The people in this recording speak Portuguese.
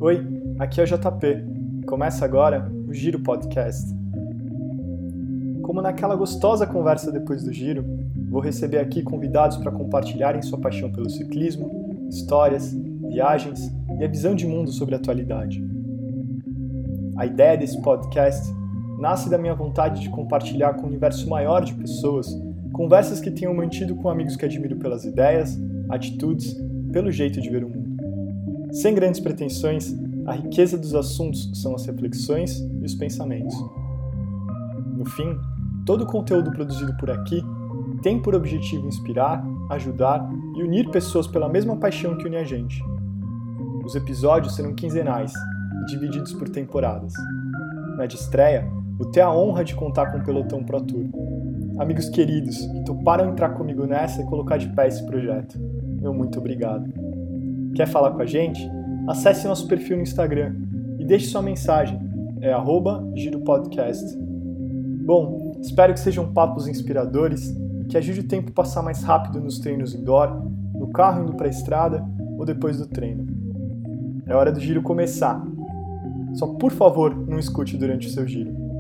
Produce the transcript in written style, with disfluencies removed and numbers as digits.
Oi, aqui é o JP. Começa agora o Giro Podcast. Como naquela gostosa conversa depois do Giro, vou receber aqui convidados para compartilharem sua paixão pelo ciclismo, histórias, viagens e a visão de mundo sobre a atualidade. A ideia desse podcast nasce da minha vontade de compartilhar com um universo maior de pessoas conversas que tenham mantido com amigos que admiro pelas ideias, atitudes, pelo jeito de ver o mundo. Sem grandes pretensões, a riqueza dos assuntos são as reflexões e os pensamentos. No fim, todo o conteúdo produzido por aqui tem por objetivo inspirar, ajudar e unir pessoas pela mesma paixão que une a gente. Os episódios serão quinzenais e divididos por temporadas. Na de estreia, vou ter a honra de contar com o Pelotão Pro Tour. Amigos queridos que toparam entrar comigo nessa e colocar de pé esse projeto. Meu muito obrigado. Quer falar com a gente? Acesse nosso perfil no Instagram e deixe sua mensagem. É @giropodcast. Bom, espero que sejam papos inspiradores e que ajude o tempo a passar mais rápido nos treinos indoor, no carro indo para a estrada ou depois do treino. É hora do giro começar. Só por favor, não escute durante o seu giro.